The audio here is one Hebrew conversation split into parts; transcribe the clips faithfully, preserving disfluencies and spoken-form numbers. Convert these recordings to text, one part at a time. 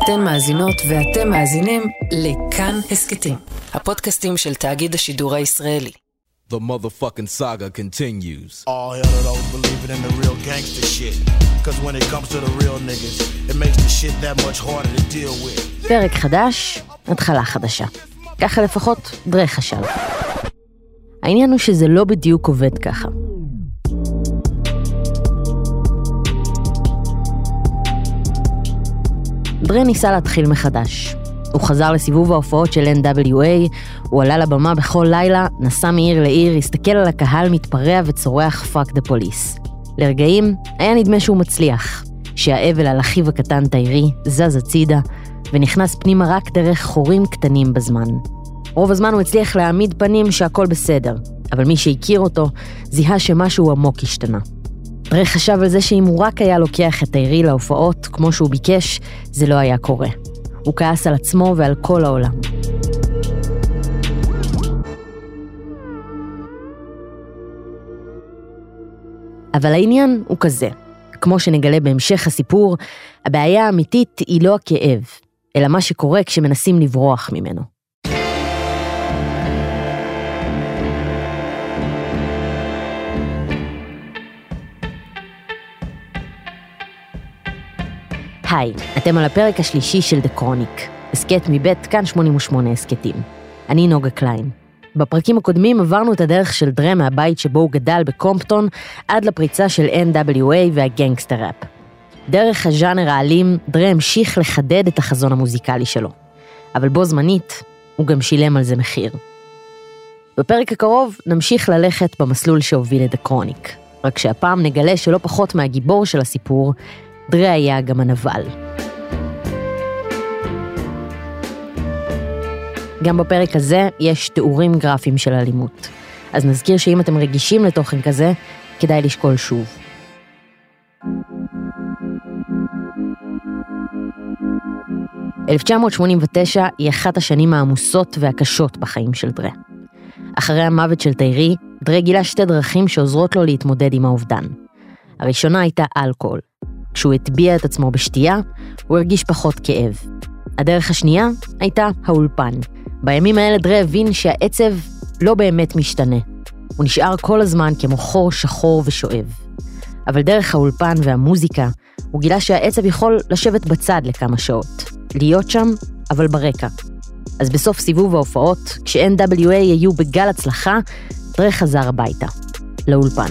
אתן מאזינות ואתם מאזינים לכאן הסקטים, הפודקאסטים של תאגיד השידור הישראלי. The motherfucking saga continues. All hell to those believing in the real gangster shit. Cause when it comes to the real niggas, it makes the shit that much harder to deal with. פרק חדש, התחלה חדשה. ככה לפחות דרה חשב. העניין הוא שזה לא בדיוק עובד ככה. דרה ניסה להתחיל מחדש. הוא חזר לסיבוב ההופעות של אן דאבליו איי, הוא עלה לבמה בכל לילה, נסע מעיר לעיר, הסתכל על הקהל מתפרע וצורח פאק דה פוליס. לרגעים היה נדמה שהוא מצליח, שהאבל על אחיו הקטן תיירי זז הצידה, ונכנס פנימה רק דרך חורים קטנים בזמן. רוב הזמן הוא הצליח להעמיד פנים שהכל בסדר, אבל מי שהכיר אותו זיהה שמשהו עמוק השתנה. דרה חשב על זה שאם הוא רק היה לוקח את תיירי להופעות כמו שהוא ביקש, זה לא היה קורה. הוא כעס על עצמו ועל כל העולם. אבל העניין הוא כזה. כמו שנגלה בהמשך הסיפור, הבעיה האמיתית היא לא הכאב, אלא מה שקורה כשמנסים לברוח ממנו. היי, אתם על הפרק השלישי של The Chronic, הסקט מבית כאן שמונים ושמונה הסקטים. אני נוגה קליין. בפרקים הקודמים עברנו את הדרך של דרה מהבית שבו הוא גדל בקומפטון, עד לפריצה של אן דאבליו איי והגנגסטר ראפ. דרך הז'אנר האלים, דרה המשיך לחדד את החזון המוזיקלי שלו. אבל בו זמנית, הוא גם שילם על זה מחיר. בפרק הקרוב נמשיך ללכת במסלול שהוביל את The Chronic, רק שהפעם נגלה שלא פחות מהגיבור של הסיפור, דרה היה גם הנבל. גם בפרק הזה יש תיאורים גרפיים של אלימות. אז נזכיר שאם אתם רגישים לתוכן כזה, כדאי לשקול שוב. אלף תשע מאות שמונים ותשע היא אחת השנים העמוסות והקשות בחיים של דרה. אחרי המוות של תיירי, דרה גילה שתי דרכים שעוזרות לו להתמודד עם האובדן. הראשונה הייתה אלכוהול. כשהוא הטביע את עצמו בשתייה, הוא הרגיש פחות כאב. הדרך השנייה הייתה האולפן. בימים האלה דרה הבין שהעצב לא באמת משתנה. הוא נשאר כל הזמן כמו חור שחור ושואב. אבל דרך האולפן והמוזיקה, הוא גילה שהעצב יכול לשבת בצד לכמה שעות. להיות שם, אבל ברקע. אז בסוף סיבוב ההופעות, כש-אן דאבליו איי היו בגל הצלחה, דרה חזר הביתה. לאולפן.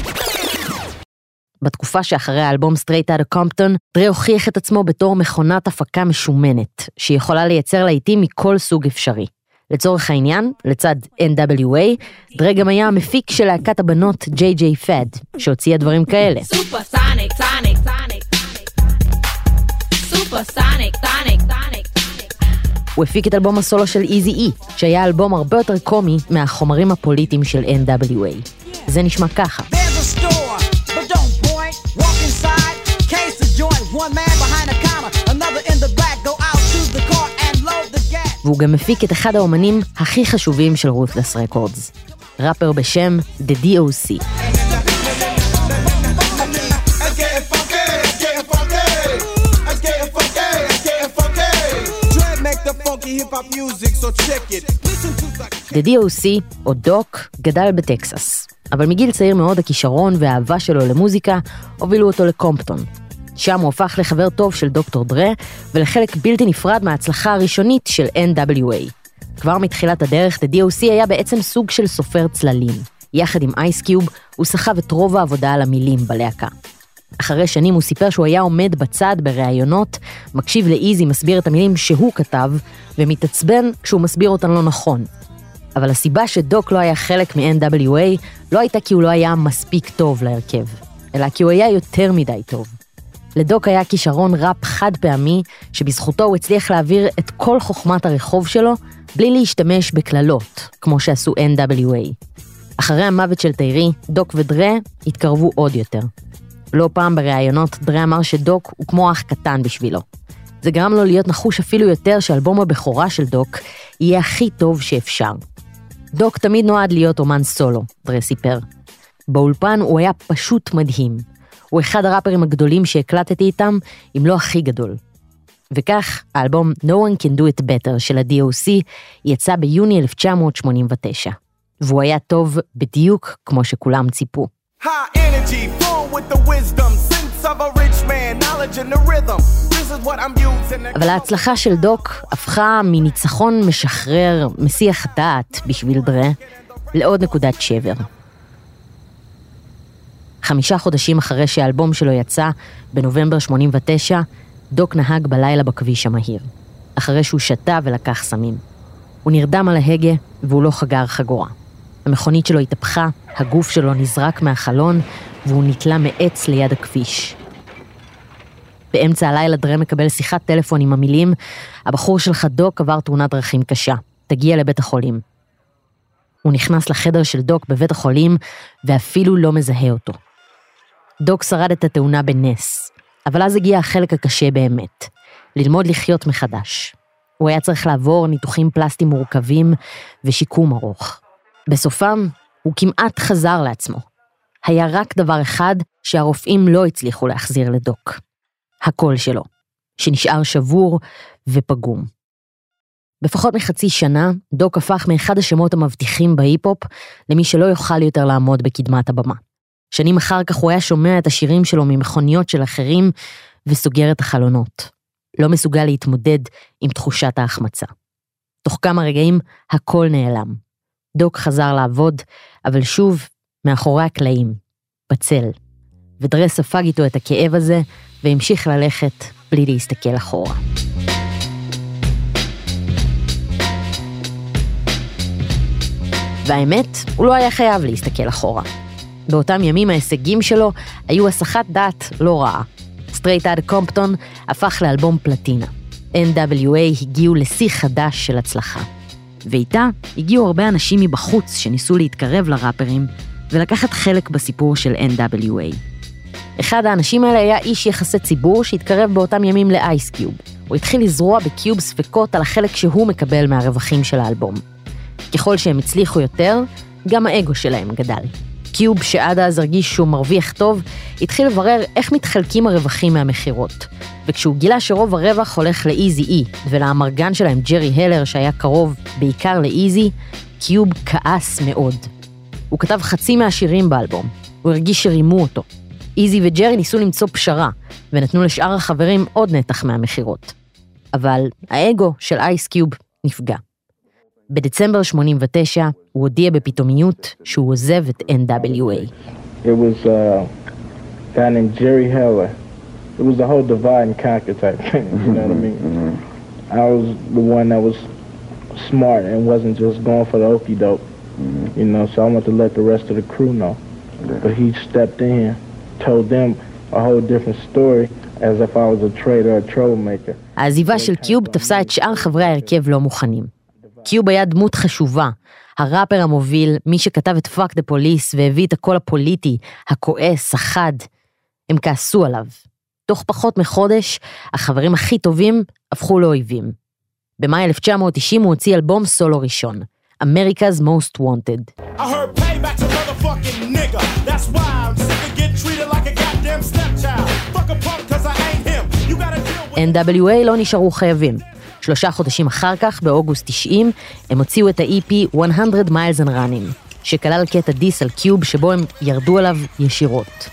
בתקופה שאחרי האלבום Straight Outta Compton, דרה הוכיח את עצמו בתור מכונת הפקה משומנת, שיכולה לייצר לעיתים מכל סוג אפשרי. לצורך העניין, לצד אן דאבליו איי, דרה גם היה המפיק של להקת הבנות ג'יי ג'יי פאד, שהוציאה דברים כאלה. Supersonic, sonic, sonic, Supersonic, sonic, sonic. הוא הפיק את אלבום הסולו של Eazy-E, שהיה אלבום הרבה יותר קומי מהחומרים הפוליטיים של אן דאבליו איי. זה נשמע ככה. והוא גם מפיק את אחד האומנים הכי חשובים של Ruthless Records, ראפר בשם The די או סי. The די או סי, או דוק, גדל בטקסס, אבל מגיל צעיר מאוד הכישרון והאהבה שלו למוזיקה הובילו אותו לקומפטון. שם הוא הפך לחבר טוב של דוקטור דרה, ולחלק בלתי נפרד מההצלחה הראשונית של אן דאבליו איי. כבר מתחילת הדרך, The די או סי היה בעצם סוג של סופר צללים. יחד עם אייסקיוב, הוא סחב את רוב העבודה על המילים בלהקה. אחרי שנים הוא סיפר שהוא היה עומד בצד בראיונות, מקשיב לאיזי מסביר את המילים שהוא כתב, ומתעצבן כשהוא מסביר אותן לא נכון. אבל הסיבה שדוק לא היה חלק מ-אן דאבליו איי לא הייתה כי הוא לא היה מספיק טוב להרכב, אלא כי הוא היה יותר מדי טוב. לדוק היה כישרון ראפ חד פעמי, שבזכותו הוא הצליח להעביר את כל חוכמת הרחוב שלו, בלי להשתמש בכללות, כמו שעשו אן דאבליו איי. אחרי המוות של תיירי, דוק ודרה התקרבו עוד יותר. לא פעם בראיונות דרה אמר שדוק הוא כמו אח קטן בשבילו. זה גרם לו להיות נחוש אפילו יותר שאלבום הבכורה של דוק יהיה הכי טוב שאפשר. דוק תמיד נועד להיות אומן סולו, דרה סיפר. באולפן הוא היה פשוט מדהים. הוא אחד הראפרים הגדולים שהקלטתי איתם, אם לא הכי גדול. וכך, האלבום No One Can Do It Better של ה-די או סי יצא ביוני אלף תשע מאות שמונים ותשע, והוא היה טוב בדיוק כמו שכולם ציפו. High energy, full with the wisdom, sense of a rich man, knowledge in the rhythm. This is what I'm using. אבל ההצלחה של דוק הפכה מניצחון משחרר, מסיח דעת בשביל דרה, לעוד נקודת שבר. חמישה חודשים אחרי שהאלבום שלו יצא, בנובמבר שמונים ותשע, דוק נהג בלילה בכביש המהיר, אחרי שהוא שתה ולקח סמים. הוא נרדם על ההגה והוא לא חגר חגורה. המכונית שלו התהפכה, הגוף שלו נזרק מהחלון, והוא נתלה מעץ ליד הכביש. באמצע הלילה דרה מקבל שיחת טלפון עם המילים, הבחור שלך דוק עבר תאונת דרכים קשה, תגיע לבית החולים. הוא נכנס לחדר של דוק בבית החולים, ואפילו לא מזהה אותו. דוק שרד את התאונה בנס, אבל אז הגיע החלק הקשה באמת, ללמוד לחיות מחדש. הוא היה צריך לעבור ניתוחים פלסטיים מורכבים ושיקום ארוך. בסופם, הוא כמעט חזר לעצמו. היה רק דבר אחד שהרופאים לא הצליחו להחזיר לדוק. הקול שלו, שנשאר שבור ופגום. בפחות מחצי שנה, דוק הפך מאחד השמות המבטיחים בהיפ-הופ למי שלא יוכל יותר לעמוד בקדמת הבמה. שנים אחר כך הוא היה שומע את השירים שלו ממכוניות של אחרים וסוגר את החלונות. לא מסוגל להתמודד עם תחושת ההחמצה. תוך כמה רגעים הכל נעלם. דוק חזר לעבוד, אבל שוב מאחורי הקלעים, בצל. ודרה ספג איתו את הכאב הזה והמשיך ללכת בלי להסתכל אחורה. והאמת, הוא לא היה חייב להסתכל אחורה. באותם ימים ההישגים שלו היו הסחת דעת לא רעה. Straight Outta Compton הפך לאלבום פלטינה. אן דאבליו איי הגיעו לשיא חדש של הצלחה. ואיתה הגיעו הרבה אנשים מבחוץ שניסו להתקרב לראפרים ולקחת חלק בסיפור של אן דאבליו איי. אחד האנשים האלה היה איש יחסי ציבור שהתקרב באותם ימים לאייס קיוב. הוא התחיל לזרוע בקיוב ספקות על החלק שהוא מקבל מהרווחים של האלבום. ככל שהם הצליחו יותר, גם האגו שלהם גדל. קיוב, שעד אז הרגיש שהוא מרוויח טוב, התחיל לברר איך מתחלקים הרווחים מהמחירות. וכשהוא גילה שרוב הרווח הולך לאיזי אי, ולאמרגן שלהם ג'רי הלר שהיה קרוב בעיקר לאיזי, קיוב כעס מאוד. הוא כתב חצי מהשירים באלבום, הוא הרגיש שרימו אותו. איזי וג'רי ניסו למצוא פשרה, ונתנו לשאר החברים עוד נתח מהמחירות. אבל האגו של אייס קיוב נפגע. בדצמבר שמונים ותשע הוא הודיע בפתאומיות שהוא עוזב את אן דאבליו איי. It was a guy named Jerry Heller. It was a whole divide and conquer type thing, you know what I mean? Mm-hmm. I was the one that was smart and wasn't just going for the okie doke, mm-hmm. you know, so I wanted to let the rest of the crew know. Okay. But he stepped in, told them a whole different story as if I was a traitor, a troublemaker. העזיבה של קיוב תפסה את שאר חברי ההרכב לא מוכנים. קיוב היה דמות חשובה, הראפר המוביל, מי שכתב את Fuck the Police והביא את הקול הפוליטי, הכועס, החד. הם כעסו עליו. תוך פחות מחודש, החברים הכי טובים הפכו לאויבים. במאי אלף תשע מאות תשעים הוא הוציא אלבום סולו ראשון, America's Most Wanted. I heard payback's a motherfucking nigga. That's why I'm sick of getting treated like a goddamn stepchild. Fuck a punk cause I ain't him. You gotta deal with... אן דאבליו איי לא נשארו חייבים. שלושה חודשים אחר כך, באוגוסט תשעים, הם הוציאו את ה-אי פי one hundred Miles and Running, שכלל קטע דיס על קיוב שבו הם ירדו עליו ישירות.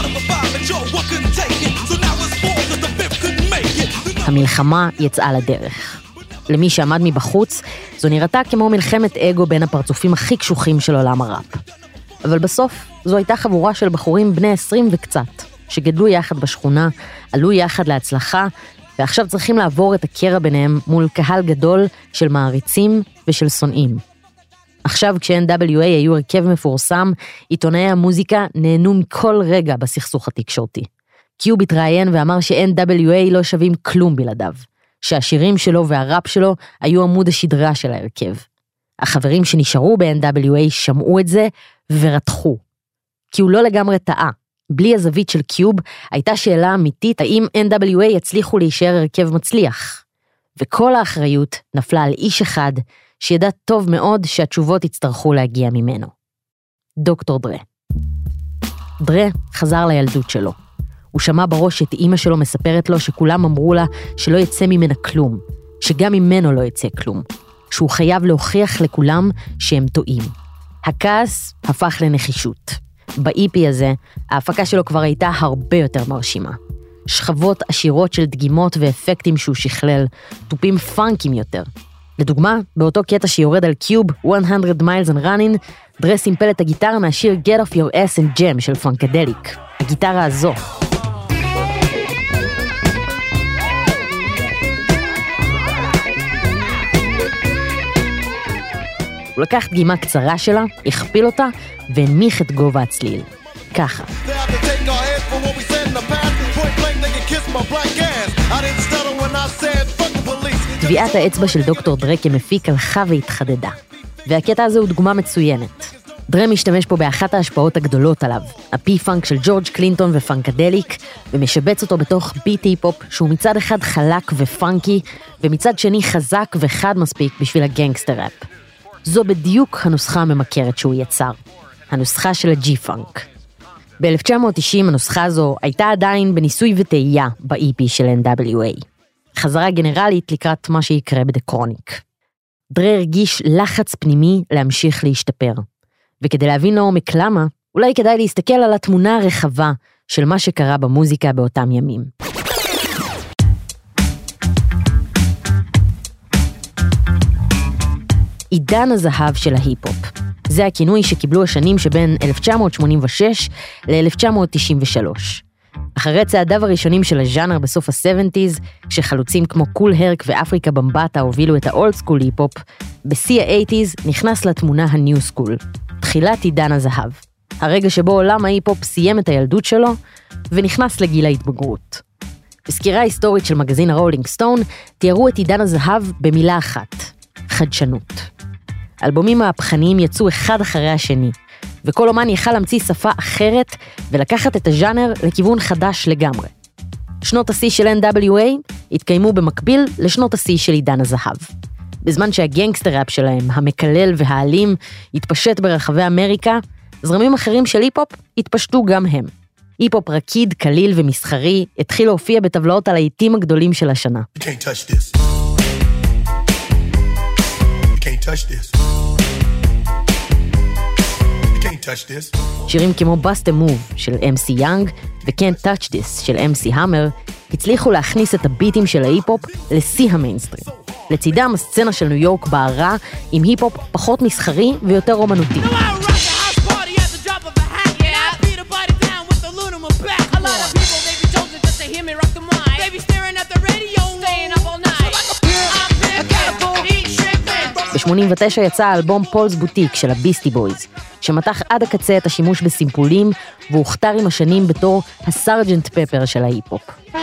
המלחמה יצאה לדרך. למי שעמד מבחוץ, זו נראתה כמו מלחמת אגו בין הפרצופים הכי קשוחים של עולם הראפ. אבל בסוף, זו הייתה חבורה של בחורים בני עשרים וקצת, שגדלו יחד בשכונה, עלו יחד להצלחה, ועכשיו צריכים לעבור את הקרע ביניהם מול קהל גדול של מעריצים ושל שונאים. עכשיו כש-אן דאבליו איי היו הרכב מפורסם, עיתונאי המוזיקה נהנו מכל רגע בסכסוך התקשורתי. קיוב התראיין ואמר ש-אן דאבליו איי לא שווים כלום בלעדיו, שהשירים שלו והראפ שלו היו עמוד השדרה של ההרכב. החברים שנשארו ב-אן דאבליו איי שמעו את זה ורתחו. כי הוא לא לגמרי טעה. בלי הזווית של קיוב, הייתה שאלה אמיתית האם אן דאבליו איי יצליחו להישאר הרכב מצליח. וכל האחריות נפלה על איש אחד, שידע טוב מאוד שהתשובות יצטרכו להגיע ממנו. דוקטור דרה. דרה חזר לילדות שלו. הוא שמע בראש את אמא שלו מספרת לו שכולם אמרו לה שלא יצא ממנה כלום, שגם ממנו לא יצא כלום, שהוא חייב להוכיח לכולם שהם טועים. הכעס הפך לנחישות. ב-אי פי הזה, ההפקה שלו כבר הייתה הרבה יותר מרשימה. שכבות עשירות של דגימות ואפקטים שהוא שכלל, טופים פאנקים יותר. לדוגמה, באותו קטע שיורד על קיוב, one hundred miles and running, דרה סימפל את הגיטרה מהשיר Get off your ass and jam של פאנקדליק. הגיטרה הזו. הוא לקח דגימה קצרה שלה, הכפיל אותה, והנמיך את גובה הצליל. ככה. טביעת האצבע של דוקטור דרה כמפיק הלכה והתחדדה. והקטע הזה הוא דוגמה מצוינת. דרה משתמש פה באחת ההשפעות הגדולות עליו, הפי-פאנק של ג'ורג' קלינטון ופאנקדליק, ומשבץ אותו בתוך ביט היפ-הופ שהוא מצד אחד חלק ופאנקי, ומצד שני חזק וחד מספיק בשביל הגנגסטר ראפ. זו בדיוק הנוסחה הממכרת שהוא יצר, הנוסחה של הג'י-פאנק. ב-אלף תשע מאות תשעים הנוסחה הזו הייתה עדיין בניסוי וטעייה ב-אי פי של אן דאבליו איי. חזרה גנרלית לקראת מה שיקרה בדקרוניק. דרה הרגיש לחץ פנימי להמשיך להשתפר. וכדי להבין לעומק למה, אולי כדאי להסתכל על התמונה הרחבה של מה שקרה במוזיקה באותם ימים. עידן הזהב של ההיפ-הופ. זה הכינוי שקיבלו השנים שבין אלף תשע מאות שמונים ושש ל-אלף תשע מאות תשעים ושלוש. אחרי צעדיו הראשונים של הז'אנר בסוף ה-שבעים, כשחלוצים כמו קול הרק ואפריקה במבטה הובילו את האולד סקול היפ-הופ, בשיא ה-שמונים נכנס לתמונה הניו סקול, תחילת עידן הזהב. הרגע שבו עולם ההיפ-הופ סיים את הילדות שלו ונכנס לגיל ההתבגרות. בסקירה היסטורית של מגזין הרולינג סטון תיארו את עידן הזהב במילה אחת, חדשנות. אלבומים מהפכניים יצאו אחד אחרי השני, וכל אומן יכל להמציא שפה אחרת ולקחת את הז'אנר לכיוון חדש לגמרי. שנות השיא של אן דאבליו איי התקיימו במקביל לשנות השיא של עידן הזהב. בזמן שהגנגסטר ראפ שלהם, המקלל והאלים, התפשט ברחבי אמריקה, זרמים אחרים של היפ-הופ התפשטו גם הם. היפ-הופ רקיד, קליל ומסחרי התחיל להופיע בטבלאות הלהיטים הגדולים של השנה. You can't touch this. You can't touch this. You can't touch this. שירים כמו Bust a Move של אם סי Young ו-Can't Touch This של אם סי Hammer הצליחו להכניס את הביטים של ההיפ-הופ לשיא המיינסטרים. לצידם הסצנה של ניו יורק בערה עם היפ-הופ פחות מסחרי ויותר אומנותי. ב-שמונים ותשע יצא האלבום פולס בוטיק של הביסטי בויז, שמתח עד הקצה את השימוש בסימפולים, והוכתר עם השנים בתור הסרג'נט פפר של ההיפ-הופ.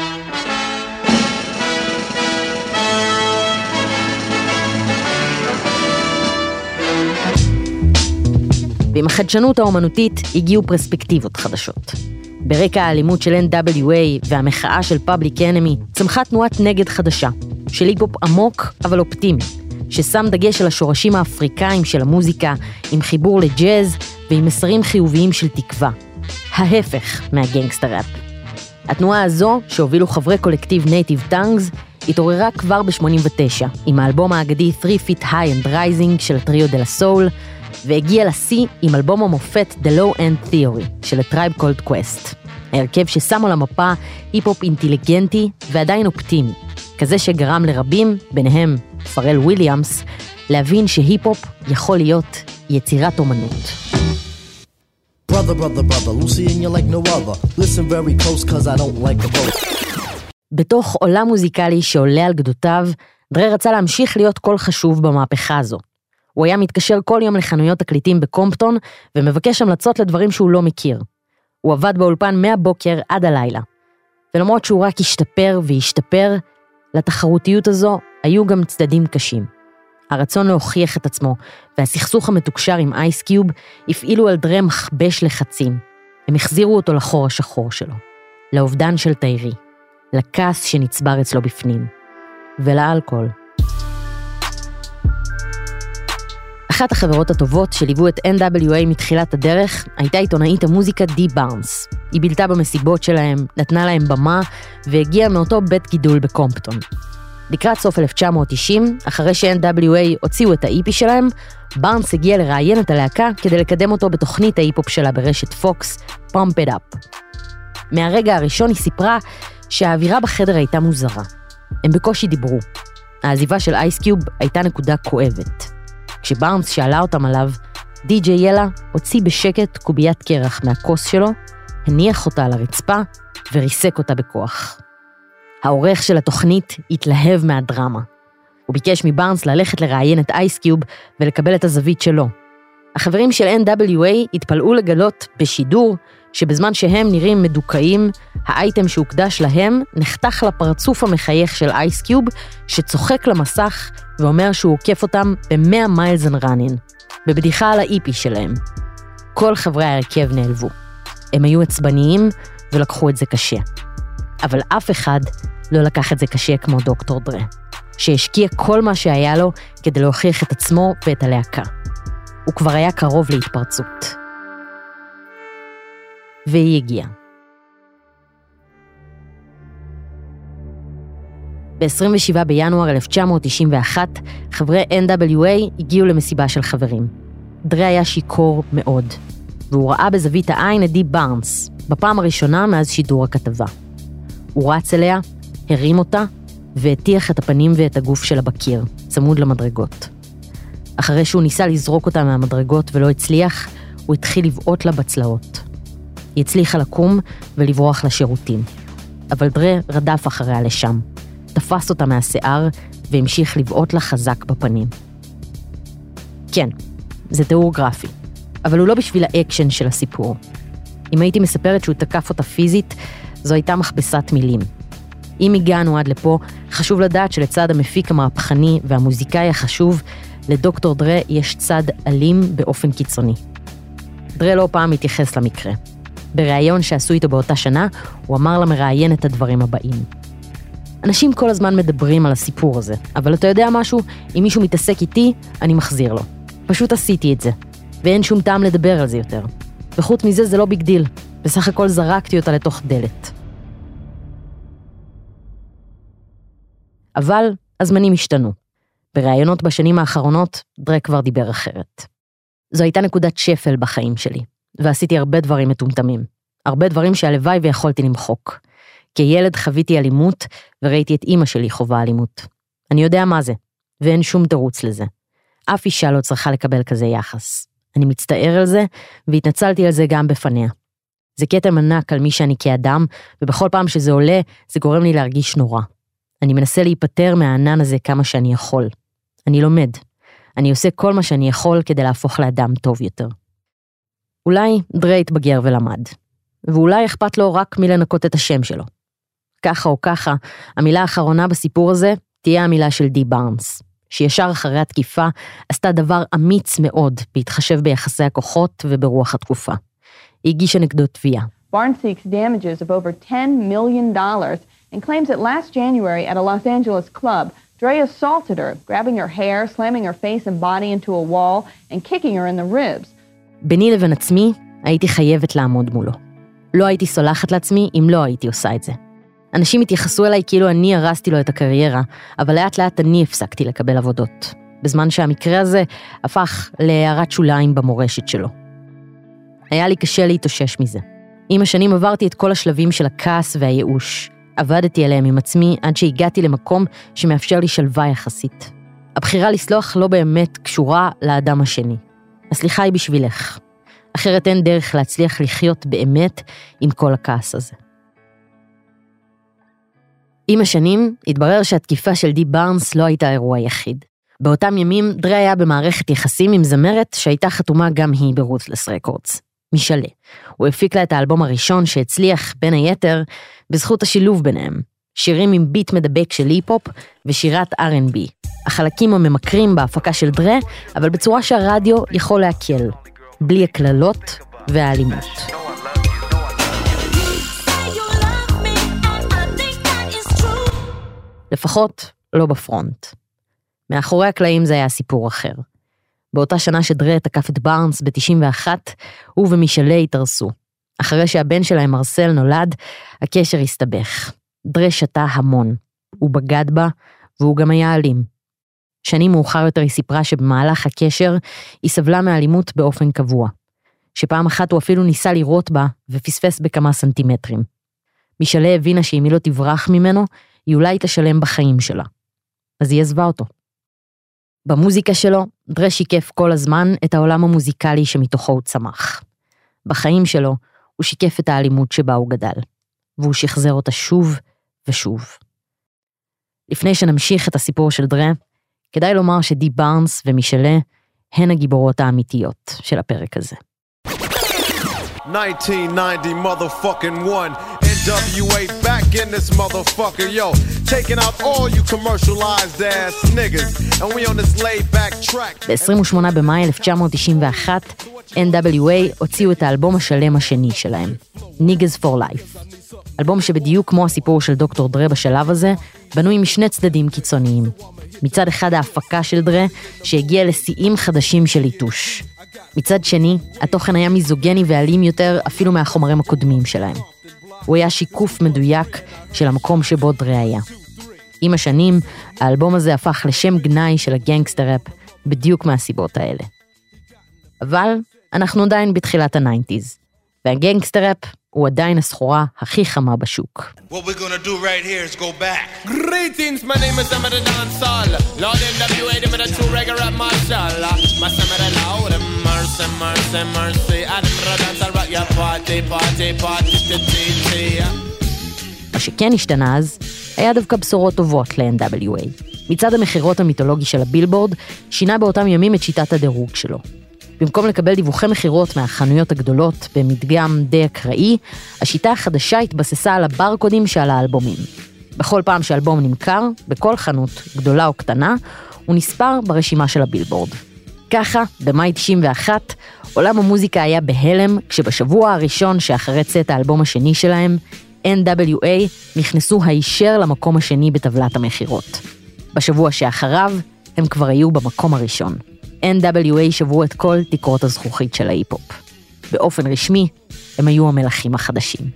ועם החדשנות האומנותית הגיעו פרספקטיבות חדשות. ברקע האלימות של אן דאבליו איי והמחאה של פאבליק אנמי צמחה תנועת נגד חדשה, של היפ-הופ עמוק אבל אופטימי, ששם דגש על השורשים האפריקאים של המוזיקה, עם חיבור לג'אז ועם מסרים חיוביים של תקווה. ההפך מהגנגסטר ראפ. התנועה הזו, שהובילו חברי קולקטיב Native Tongues, התעוררה כבר ב-שמונים ותשע, עם האלבום האגדי three feet high and rising של הטריו דה לה סול, והגיע לשיא עם אלבום המופת The Low End Theory של ה-Tribe Called Quest. ההרכב ששם על המפה היפ-הופ אינטליגנטי ועדיין אופטימי, כזה שגרם לרבים, ביניהם פרל וויליאמס, להבין שהיפ-הופ יכול להיות יצירת אומנות. Brother, brother, brother, Lucy and you like no other. Listen very close cause I don't like the vote. בתוך עולם מוזיקלי שעולה על גדותיו, דרה רצה להמשיך להיות קול חשוב במהפכה הזו. הוא היה מתקשר כל יום לחנויות תקליטים בקומפטון, ומבקש המלצות לדברים שהוא לא מכיר. הוא עבד באולפן מהבוקר עד הלילה. ולמרות שהוא רק השתפר והשתפר, לתחרותיות הזו היו גם צדדים קשים. הרצון להוכיח את עצמו, והסכסוך המתוקשר עם אייסקיוב, הפעילו על דרה מכבש לחצים. הם החזירו אותו לחור השחור שלו, לאובדן של תאירי, לכעס שנצבר אצלו בפנים, ולאלכוהול. אחת החברות הטובות שליוו את אן דאבליו איי מתחילת הדרך הייתה עיתונאית המוזיקה די בארנס. היא בילתה במסיבות שלהם, נתנה להם במה והגיעה מאותו בית גידול בקומפטון. לקראת סוף אלף תשע מאות תשעים, אחרי ש-אן דאבליו איי הוציאו את ה-אי פי שלהם, בארנס הגיע לראיין את הלהקה כדי לקדם אותו בתוכנית ההיפ-הופ שלה ברשת פוקס, Pump It Up. מהרגע הראשון היא סיפרה שהאווירה בחדר הייתה מוזרה. הם בקושי דיברו. העזיבה של אייס קיוב הייתה נקודה כואבת. כשבארנס שאלה אותם עליו, די-ג'יי ילה הוציא בשקט קוביית קרח מהכוס שלו, הניח אותה על הרצפה וריסק אותה בכוח. העורך של התוכנית התלהב מהדרמה. הוא ביקש מבארנס ללכת לראיין את אייס קיוב ולקבל את הזווית שלו. החברים של אן דאבליו איי התפלאו לגלות בשידור שבזמן שהם נראים מדוכאים, האייטם שהוקדש להם נחתך לפרצוף המחייך של אייס קיוב, שצוחק למסך ואומר שהוא עוקף אותם ב-מאה מיילס אנד ראנין, בבדיחה על ה-אי פי שלהם. כל חברי ההרכב נעלבו. הם היו עצבניים ולקחו את זה קשה. אבל אף אחד לא לקח את זה קשה כמו דוקטור דרה, שהשקיע כל מה שהיה לו כדי להוכיח את עצמו ואת הלהקה. הוא כבר היה קרוב להתפרצות. והיא הגיעה. ב-עשרים ושבעה בינואר אלף תשע מאות תשעים ואחת, חברי אן דאבליו איי הגיעו למסיבה של חברים. דרה היה שיקור מאוד, והוא ראה בזווית העין את די בארנס, בפעם הראשונה מאז שידור הכתבה. הוא רץ אליה, הרים אותה, והטיח את הפנים ואת הגוף שלה בקיר, צמוד למדרגות. אחרי שהוא ניסה לזרוק אותה מהמדרגות ולא הצליח, הוא התחיל לבעוט לה בצלעות. היא הצליחה לקום ולברוח לשירותים. אבל דרה רדף אחריה לשם, תפס אותה מהשיער והמשיך לבעוט לה חזק בפנים. כן, זה תיאור גרפי, אבל הוא לא בשביל האקשן של הסיפור. אם הייתי מספרת שהוא תקף אותה פיזית, זו הייתה מכבסת מילים. אם הגענו עד לפה, חשוב לדעת שלצד המפיק המהפכני והמוזיקאי החשוב, לדוקטור דרה יש צד אלים באופן קיצוני. דרה לא פעם התייחס למקרה. בריאיון שעשו איתו באותה שנה, הוא אמר למראיין את הדברים הבאים. אנשים כל הזמן מדברים על הסיפור הזה, אבל אתה יודע משהו? אם מישהו מתעסק איתי, אני מחזיר לו. פשוט עשיתי את זה, ואין שום טעם לדבר על זה יותר. וחוץ מזה זה לא ביג דיל, בסך הכל זרקתי אותה לתוך דלת. אבל הזמנים השתנו. בראיונות בשנים האחרונות, דרה כבר דיבר אחרת. זו הייתה נקודת שפל בחיים שלי, ועשיתי הרבה דברים מטומטמים. הרבה דברים שהלוואי ויכולתי למחוק. כילד חוויתי אלימות, וראיתי את אמא שלי חובה אלימות. אני יודע מה זה, ואין שום תירוץ לזה. אף אישה לא צריכה לקבל כזה יחס. אני מצטער על זה, והתנצלתי על זה גם בפניה. זה כתם ענק על מי שאני כאדם, ובכל פעם שזה עולה, זה גורם לי להרגיש נורא. אני מנסה להיפטר מהענן הזה כמה שאני יכול. אני לומד. אני עושה כל מה שאני יכול כדי להפוך לאדם טוב יותר. אולי דרה התבגר ולמד, ואולי אכפת לו רק מלנקות את השם שלו. ככה או ככה, המילה האחרונה בסיפור הזה תהיה המילה של די בארנס, שישר אחרי התקיפה עשתה דבר אמיץ מאוד בהתחשב ביחסי הכוחות וברוח התקופה. היא הגישה נגדו תביעה. Barnes seeks damages of over ten million dollars and claims that last January at a Los Angeles club, Dre assaulted her, grabbing her hair, slamming her face and body into a wall and kicking her in the ribs. ביני לבין עצמי הייתי חייבת לעמוד מולו. לא הייתי סולחת לעצמי אם לא הייתי עושה את זה. אנשים התייחסו אליי כאילו אני הרסתי לו את הקריירה, אבל לאט לאט אני הפסקתי לקבל עבודות, בזמן שהמקרה הזה הפך להערת שוליים במורשת שלו. היה לי קשה להתאושש מזה. עם השנים עברתי את כל השלבים של הכעס והייאוש. עבדתי עליהם עם עצמי עד שהגעתי למקום שמאפשר לי שלווה יחסית. הבחירה לסלוח לא באמת קשורה לאדם השני. הסליחה היא בשבילך. אחרת אין דרך להצליח לחיות באמת עם כל הכעס הזה. עם השנים התברר שהתקיפה של די בארנס לא הייתה אירוע יחיד. באותם ימים דרה היה במערכת יחסים עם זמרת שהייתה חתומה גם היא ברות'לס רקורדס. משלה. הוא הפיק לה את האלבום הראשון שהצליח בין היתר בזכות השילוב ביניהם. שירים עם ביט מדבק של היפ-הופ ושירת אר אנד בי. החלקים הממכרים בהפקה של דרה, אבל בצורה שהרדיו יכול להקל. בלי הכללות והאלימות. לפחות לא בפרונט. מאחורי הקלעים זה היה סיפור אחר. באותה שנה שדרה תקף את בארנס ב-תשעים ואחת, הוא ומישלה התארסו. אחרי שהבן שלהם מרסל נולד, הקשר הסתבך. דרה שתה המון. הוא בגד בה, והוא גם היה אלים. שנים מאוחר יותר היא סיפרה שבמהלך הקשר, היא סבלה מאלימות באופן קבוע. שפעם אחת הוא אפילו ניסה לירות בה, ופספס בכמה סנטימטרים. מישלה הבינה שאם היא לא תברח ממנו, היא אולי תשלם בחיים שלה. אז היא עזבה אותו. במוזיקה שלו, דרה שיקף כל הזמן את העולם המוזיקלי שמתוכו הוא צמח. בחיים שלו, הוא שיקף את האלימות שבה הוא גדל, והוא שחזר אותה שוב ושוב. לפני שנמשיך את הסיפור של דרה, כדאי לומר שדי בארנס ומישלה הן הגיבורות האמיתיות של הפרק הזה. nineteen ninety motherfucking one N W A back in this motherfucker yo taking out all you commercialized ass niggas and we on this laid back track ב-עשרים ושמונה במאי אלף תשע מאות תשעים ואחת N W A הוציאו את האלבום השלם השני שלהם Niggas for Life אלבום שבדיוק כמו הסיפור של דוקטור דרה בשלב הזה בנוי משני צדדים קיצוניים מצד אחד ההפקה של דרה שהגיעה לשיאים חדשים של ליטוש מצד שני, התוכן היה מיזוגני ואלים יותר אפילו מהחומרים הקודמים שלהם. הוא היה שיקוף מדויק של המקום שבו דרה היה. עם השנים, האלבום הזה הפך לשם גנאי של הגנגסטר-ראפ בדיוק מהסיבות האלה. אבל אנחנו עדיין בתחילת ה-תשעים, והגנגסטר-ראפ הוא עדיין הסחורה הכי חמה בשוק. What we're gonna do right here is go back. Greetings, my name is Emma the Dancehall Lord N W A, the middle two regular rap marshal My summer the loud, mercy, mercy, mercy And the middle dancehall rock your party, party, party, party, מה שכן השתנה אז, היה דווקא בשורות טובות ל-N W A. מצד המחירות המיתולוגי של הבילבורד, שינה באותם ימים את שיטת הדירוג שלו. במקום לקבל דיווחי מחירות מהחנויות הגדולות במדגם די אקראי, השיטה החדשה התבססה על הברקודים שעל האלבומים. בכל פעם שאלבום נמכר, בכל חנות, גדולה או קטנה, הוא נספר ברשימה של הבילבורד. ככה, במאי תשעים ואחת, עולם המוזיקה היה בהלם, כשבשבוע הראשון שאחרי צאת האלבום השני שלהם, N W A נכנסו הישר למקום השני בטבלת המחירות. בשבוע שאחריו, הם כבר היו במקום הראשון. N W A שברו את כל תקרות הזכוכית של ההיפ-הופ. באופן רשמי, הם היו המלכים החדשים.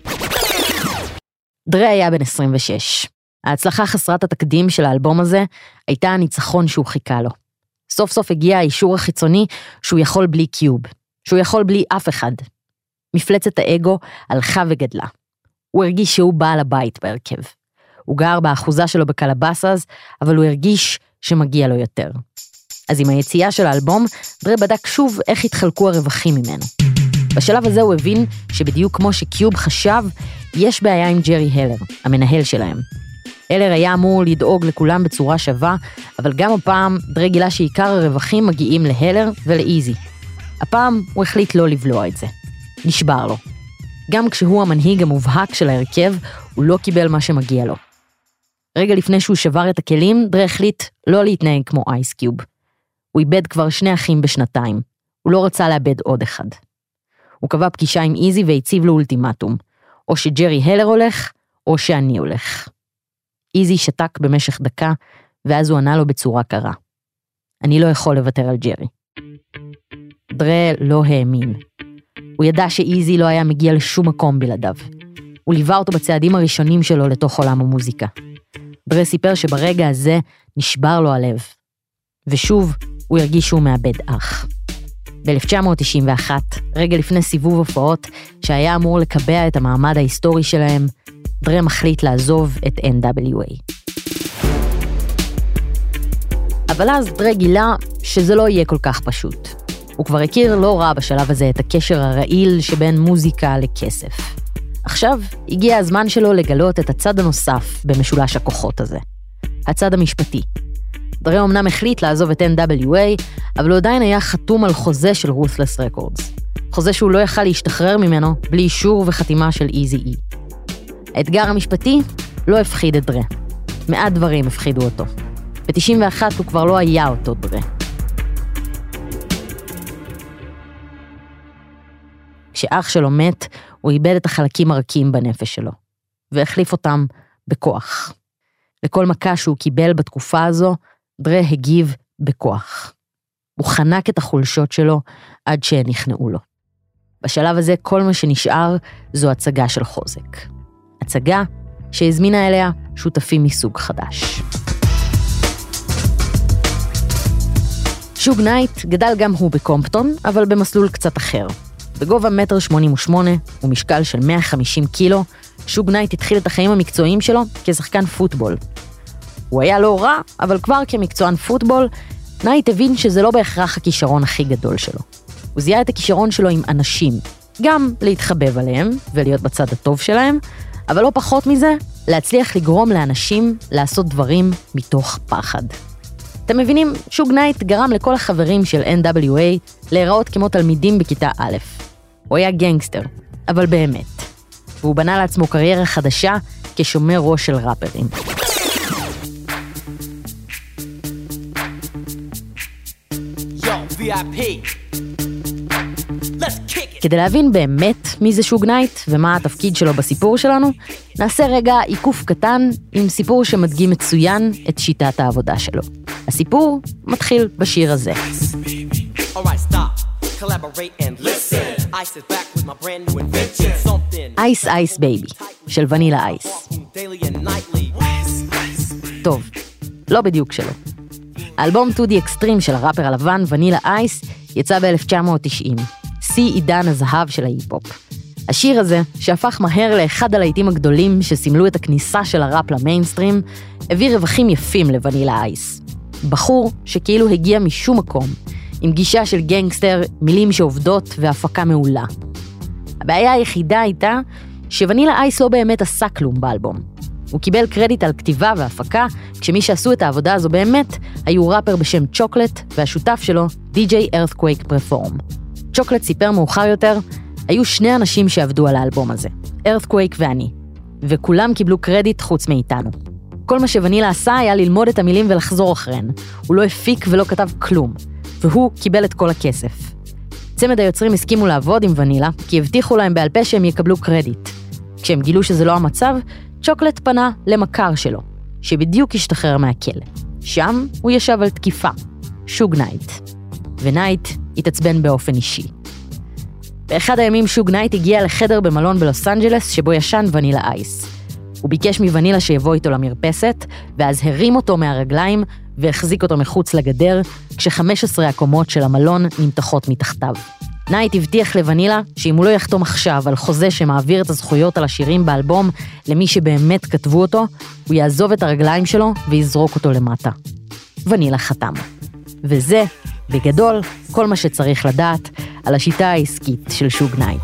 דרה היה בן עשרים ושש. ההצלחה חסרת התקדים של האלבום הזה הייתה הניצחון שהוא חיכה לו. סוף סוף הגיע האישור החיצוני שהוא יכול בלי קיוב, שהוא יכול בלי אף אחד. מפלצת האגו הלכה וגדלה. הוא הרגיש שהוא בעל הבית בהרכב. הוא גר באחוזה שלו בקלבאסאז, אבל הוא הרגיש שמגיע לו יותר. אז עם היציאה של האלבום, דרה בדק שוב איך התחלקו הרווחים ממנו. בשלב הזה הוא הבין שבדיוק כמו שקיוב חשב, יש בעיה עם ג'רי הלר, המנהל שלהם. הלר היה אמור לדאוג לכולם בצורה שווה, אבל גם הפעם דרה גילה שעיקר הרווחים מגיעים להלר ולאיזי. הפעם הוא החליט לא לבלוע את זה. נשבר לו. גם כשהוא המנהיג המובהק של ההרכב, הוא לא קיבל מה שמגיע לו. רגע לפני שהוא שבר את הכלים, דרה החליט לא להתנהג כמו אייס קיוב. הוא איבד כבר שני אחים בשנתיים. הוא לא רצה לאבד עוד אחד. הוא קבע פגישה עם איזי והציב לו אולטימטום. או שג'רי הלר הולך, או שאני הולך. איזי שתק במשך דקה, ואז הוא ענה לו בצורה קרה. אני לא יכול לוותר על ג'רי. דרה לא האמין. הוא ידע שאיזי לא היה מגיע לשום מקום בלעדיו. הוא ליווה אותו בצעדים הראשונים שלו לתוך עולם המוזיקה. דרה סיפר שברגע הזה נשבר לו הלב. ושוב, הוא הרגיש שהוא מאבד אח. ב-אלף תשע מאות תשעים ואחת, רגע לפני סיבוב הופעות, שהיה אמור לקבע את המעמד ההיסטורי שלהם, דרה מחליט לעזוב את N W A. אבל אז דרה גילה שזה לא יהיה כל כך פשוט. הוא כבר הכיר לא רע בשלב הזה את הקשר הרעיל שבין מוזיקה לכסף. עכשיו הגיע הזמן שלו לגלות את הצד הנוסף במשולש הכוחות הזה. הצד המשפטי. דרה אמנם החליט לעזוב את N W A, אבל הוא עדיין היה חתום על חוזה של Ruthless Records. חוזה שהוא לא יכל להשתחרר ממנו בלי אישור וחתימה של Eazy-E. האתגר המשפטי לא הפחיד את דרה. מעט דברים הפחידו אותו. ב-תשעים ואחת הוא כבר לא היה אותו דרה. כשאח שלו מת, הוא איבד את החלקים הרכים בנפש שלו, והחליף אותם בכוח. לכל מכה שהוא קיבל בתקופה הזו, דרה הגיב בכוח. הוא חנק את החולשות שלו עד שהן נכנעו לו. בשלב הזה כל מה שנשאר זו הצגה של חוזק. הצגה שהזמינה אליה שותפים מסוג חדש. שוג נייט גדל גם הוא בקומפטון, אבל במסלול קצת אחר. בגובה מטר שמונים ושמונה ומשקל של מאה וחמישים קילו, שוג נייט התחיל את החיים המקצועיים שלו כשחקן פוטבול. הוא היה לא רע, אבל כבר כמקצוען פוטבול, נייט הבין שזה לא בהכרח הכישרון הכי גדול שלו. הוא זיהה את הכישרון שלו עם אנשים, גם להתחבב עליהם ולהיות בצד הטוב שלהם, אבל לא פחות מזה, להצליח לגרום לאנשים לעשות דברים מתוך פחד. אתם מבינים, שוג נייט גרם לכל החברים של אן דאבליו איי להיראות כמו תלמידים בכיתה א'. הוא היה גנגסטר, אבל באמת. והוא בנה לעצמו קריירה חדשה כשומר ראש של ראפרים. כדי להבין באמת מי זה שוג נייט ומה התפקיד שלו בסיפור שלנו, נעשה רגע עיקוף קטן עם סיפור שמדגים מצוין את שיטת העבודה שלו. הסיפור מתחיל בשיר הזה. אייס אייס בייבי של ונילה אייס. טוב, לא בדיוק שלו. האלבום טו די אקסטרים של הראפר הלבן ונילה אייס יצא ב-אלף תשע מאות תשעים, שיא עידן הזהב של ההיפ-הופ. השיר הזה, שהפך מהר לאחד הלהיטים הגדולים שסימלו את הכניסה של הראפ למיינסטרים, הביא רווחים יפים לונילה אייס. בחור שכאילו הגיע משום מקום, עם גישה של גנגסטר, מילים שעובדות והפקה מעולה. הבעיה היחידה הייתה שונילה אייס לא באמת עשה כלום באלבום. הוא קיבל קרדיט על כתיבה והפקה, כשמי שעשו את העבודה הזו באמת היו ראפר בשם צ'וקלט, והשותף שלו, די-ג'יי Earthquake Perform. צ'וקלט סיפר מאוחר יותר, היו שני אנשים שעבדו על האלבום הזה, Earthquake ואני, וכולם קיבלו קרדיט חוץ מאיתנו. כל מה שונילה עשה היה ללמוד את המילים ולחזור אחריהן. הוא לא הפיק ולא כתב כלום, והוא קיבל את כל הכסף. צמד היוצרים הסכימו לעבוד עם ונילה, כי הבטיחו להם בעל פה שהם יקבלו קרדיט. כשהם גילו שזה לא המצב, צ'וקלט פנה למכר שלו, שבדיוק השתחרר מהכלא. שם הוא ישב על תקיפה, שוג נייט. ונייט התעצבן באופן אישי. באחד הימים שוג נייט הגיע לחדר במלון בלוס אנג'לס, שבו ישן ונילה אייס. הוא ביקש מוונילה שיבוא איתו למרפסת, ואז הרים אותו מהרגליים והחזיק אותו מחוץ לגדר, כש-חמש עשרה הקומות של המלון נמתחות מתחתיו. נייט הבטיח לוונילה שאם הוא לא יחתום עכשיו על חוזה שמעביר את הזכויות על השירים באלבום למי שבאמת כתבו אותו, הוא יעזוב את הרגליים שלו ויזרוק אותו למטה. ונילה חתם. וזה, בגדול, כל מה שצריך לדעת על השיטה העסקית של שוג נייט.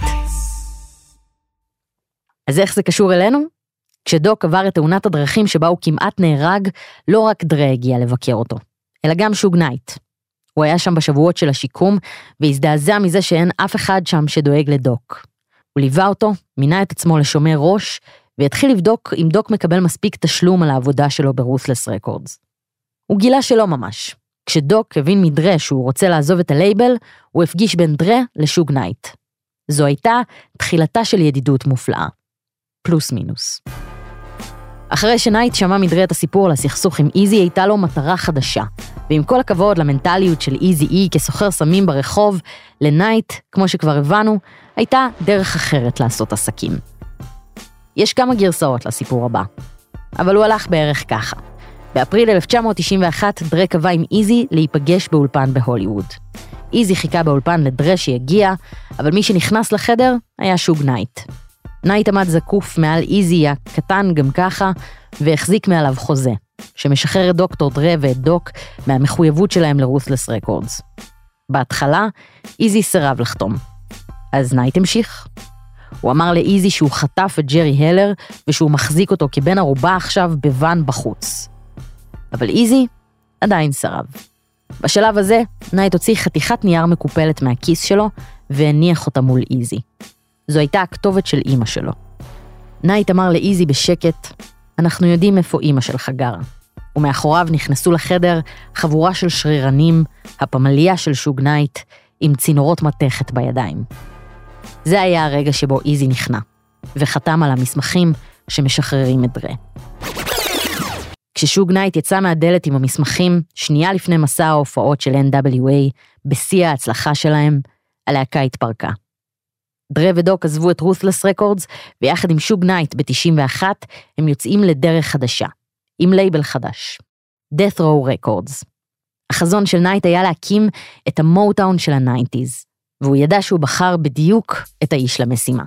אז איך זה קשור אלינו? כשדוק עבר את תאונת הדרכים שבה הוא כמעט נהרג, לא רק דרה הגיע לבקר אותו, אלא גם שוג נייט. הוא היה שם בשבועות של השיקום, והזדעזע מזה שאין אף אחד שם שדואג לדוק. הוא ליווה אותו, מינה את עצמו לשומר ראש, והתחיל לבדוק אם דוק מקבל מספיק תשלום על העבודה שלו ברות'לס רקורדס. הוא גילה שלא ממש. כשדוק הבין מדרה שהוא רוצה לעזוב את הלייבל, הוא הפגיש בין דרה לשוג נייט. זו הייתה תחילתה של ידידות מופלאה. פלוס מינוס. אחרי שנייט שמע מדרה את הסיפור על הסכסוך עם איזי, הייתה לו מטרה חדשה. ועם כל הכבוד למנטליות של איזי אי כסוחר סמים ברחוב, לנייט, כמו שכבר הבנו, הייתה דרך אחרת לעשות עסקים. יש כמה גרסאות לסיפור הבא, אבל הוא הלך בערך ככה. באפריל אלף תשע מאות תשעים ואחת דרה קבע עם איזי להיפגש באולפן בהוליווד. איזי חיכה באולפן לדרה שיגיע, אבל מי שנכנס לחדר היה שוג נייט. נייט עמד זקוף מעל איזי הקטן גם ככה, והחזיק מעליו חוזה, שמשחרר את דוקטור דרה ואת דוק מהמחויבות שלהם לרות'לס רקורדס. בהתחלה, איזי סירב לחתום. אז נייט המשיך. הוא אמר לאיזי שהוא חטף את ג'רי הלר, ושהוא מחזיק אותו כבן ערובה עכשיו בוואן בחוץ. אבל איזי עדיין סירב. בשלב הזה, נייט הוציא חתיכת נייר מקופלת מהכיס שלו, והניח אותה מול איזי. זו הייתה הכתובת של אמא שלו. נייט אמר לאיזי בשקט, אנחנו יודעים איפה אמא שלך גרה. ומאחוריו נכנסו לחדר חבורה של שרירנים, הפמליה של שוג נייט, עם צינורות מתכת בידיים. זה היה הרגע שבו איזי נכנע, וחתם על המסמכים שמשחררים את דרה. כששוג נייט יצא מהדלת עם המסמכים, שנייה לפני מסע ההופעות של אן דאבליו איי, בשיא ההצלחה שלהם, הלהקה התפרקה. דרה ודוק עזבו את רות'לס רקורדס, ויחד עם שוג נייט ב-תשעים ואחת, הם יוצאים לדרך חדשה, עם לייבל חדש, Death Row Records. החזון של נייט היה להקים את המוטאון של הניינטיז, והוא ידע שהוא בחר בדיוק את האיש למשימה.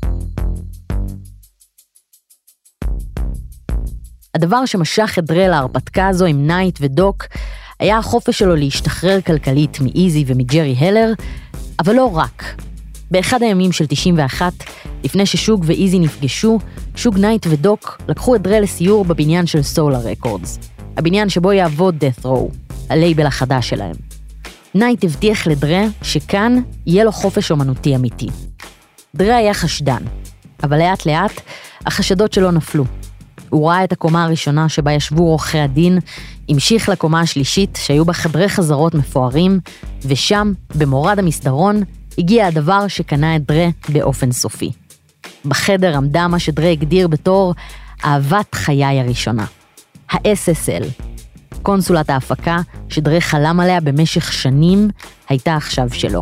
הדבר שמשך את דרה להרפתקה הזו עם נייט ודוק, היה החופש שלו להשתחרר כלכלית מאיזי ומג'רי הלר, אבל לא רק. באחד הימים של תשעים ואחת, לפני ששוג ואיזי נפגשו, שוג נייט ודוק לקחו את דרה לסיור בבניין של סולר רקורדס, הבניין שבו יעבוד Death Row, הלייבל החדש שלהם. נייט הבטיח לדרה שכאן יהיה לו חופש אומנותי אמיתי. דרה היה חשדן, אבל לאט לאט החשדות שלו נפלו. הוא ראה את הקומה הראשונה שבה ישבו עורכי הדין, המשיך לקומה השלישית שהיו בה חדרי חזרות מפוארים, ושם, במורד המסדרון, הגיע הדבר שקנה את דרה באופן סופי. בחדר עמדה מה שדרה הגדיר בתור אהבת חיי הראשונה, ה-אס אס אל. קונסולת ההפקה שדרה חלם עליה במשך שנים, הייתה עכשיו שלו.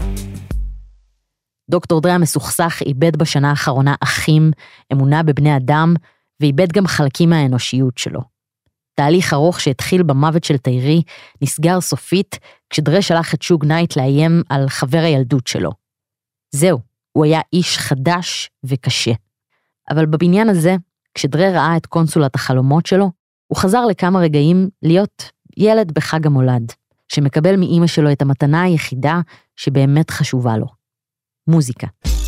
דוקטור דרה המסוכסך איבד בשנה האחרונה אחים, אמונה בבני אדם, ואיבד גם חלקים מהאנושיות שלו. תהליך ארוך שהתחיל במוות של תיירי, נסגר סופית, כשדרה שלח את שוג נייט לאיים על חבר הילדות שלו. זהו, הוא היה איש חדש וקשה. אבל בבניין הזה, כשדרה ראה את קונסולת החלומות שלו, הוא חזר לכמה רגעים להיות ילד בחג המולד, שמקבל מאמא שלו את המתנה היחידה שבאמת חשובה לו. מוזיקה.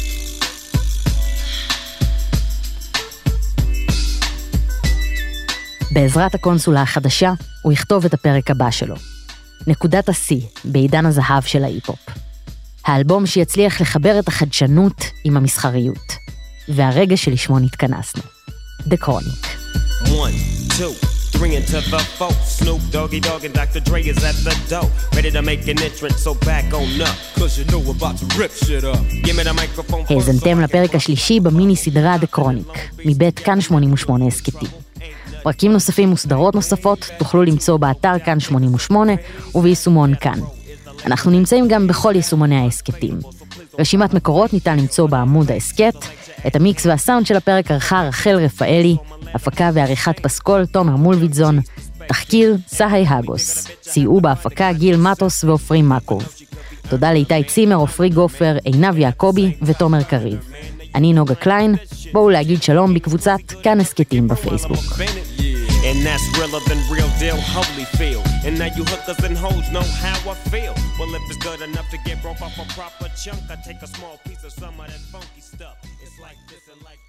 בעזרת הקונסולה החדשה, הוא יכתוב את הפרק הבא שלו. נקודת השיא בעידן הזהב של ההיפ-הופ. האלבום שיצליח לחבר את החדשנות עם המסחריות. והרגע שלשמו נתכנסנו. The Chronic. One, two, three into the four. Snoop Doggy Dogg and דוקטור Dre is at the door. Ready to make an entrance, so back on up. Cause you know we're about to rip shit up. Give me the microphone. האזנתם לפרק השלישי במיני סדרה The Chronic, מבית כאן שמונים ושמונה הסקטים. פרקים נוספים וסדרות נוספות תוכלו למצוא באתר כאן שמונים ושמונה וביישומון כאן. אנחנו נמצאים גם בכל יישומוני ההסקטים. רשימת מקורות ניתן למצוא בעמוד ההסקט, את המיקס והסאונד של הפרק ערכה רחל רפאלי, הפקה ועריכת פסקול תומר מולביטזון, תחקיר סהי הגוס, סייעו בהפקה גיל מטוס ואופרי מקוב. תודה לאיתי צימר, אופרי גופר, עינב יעקובי ותומר קריב. אני נוגה קליין, בואו להגיד שלום בקבוצת כאן הסקטים בפייסבוק. And that's realer than real deal, holy feel. And now you hookers and hoes know how I feel. Well, if it's good enough to get broke off a proper chunk, I take a small piece of some of that funky stuff. It's like this and like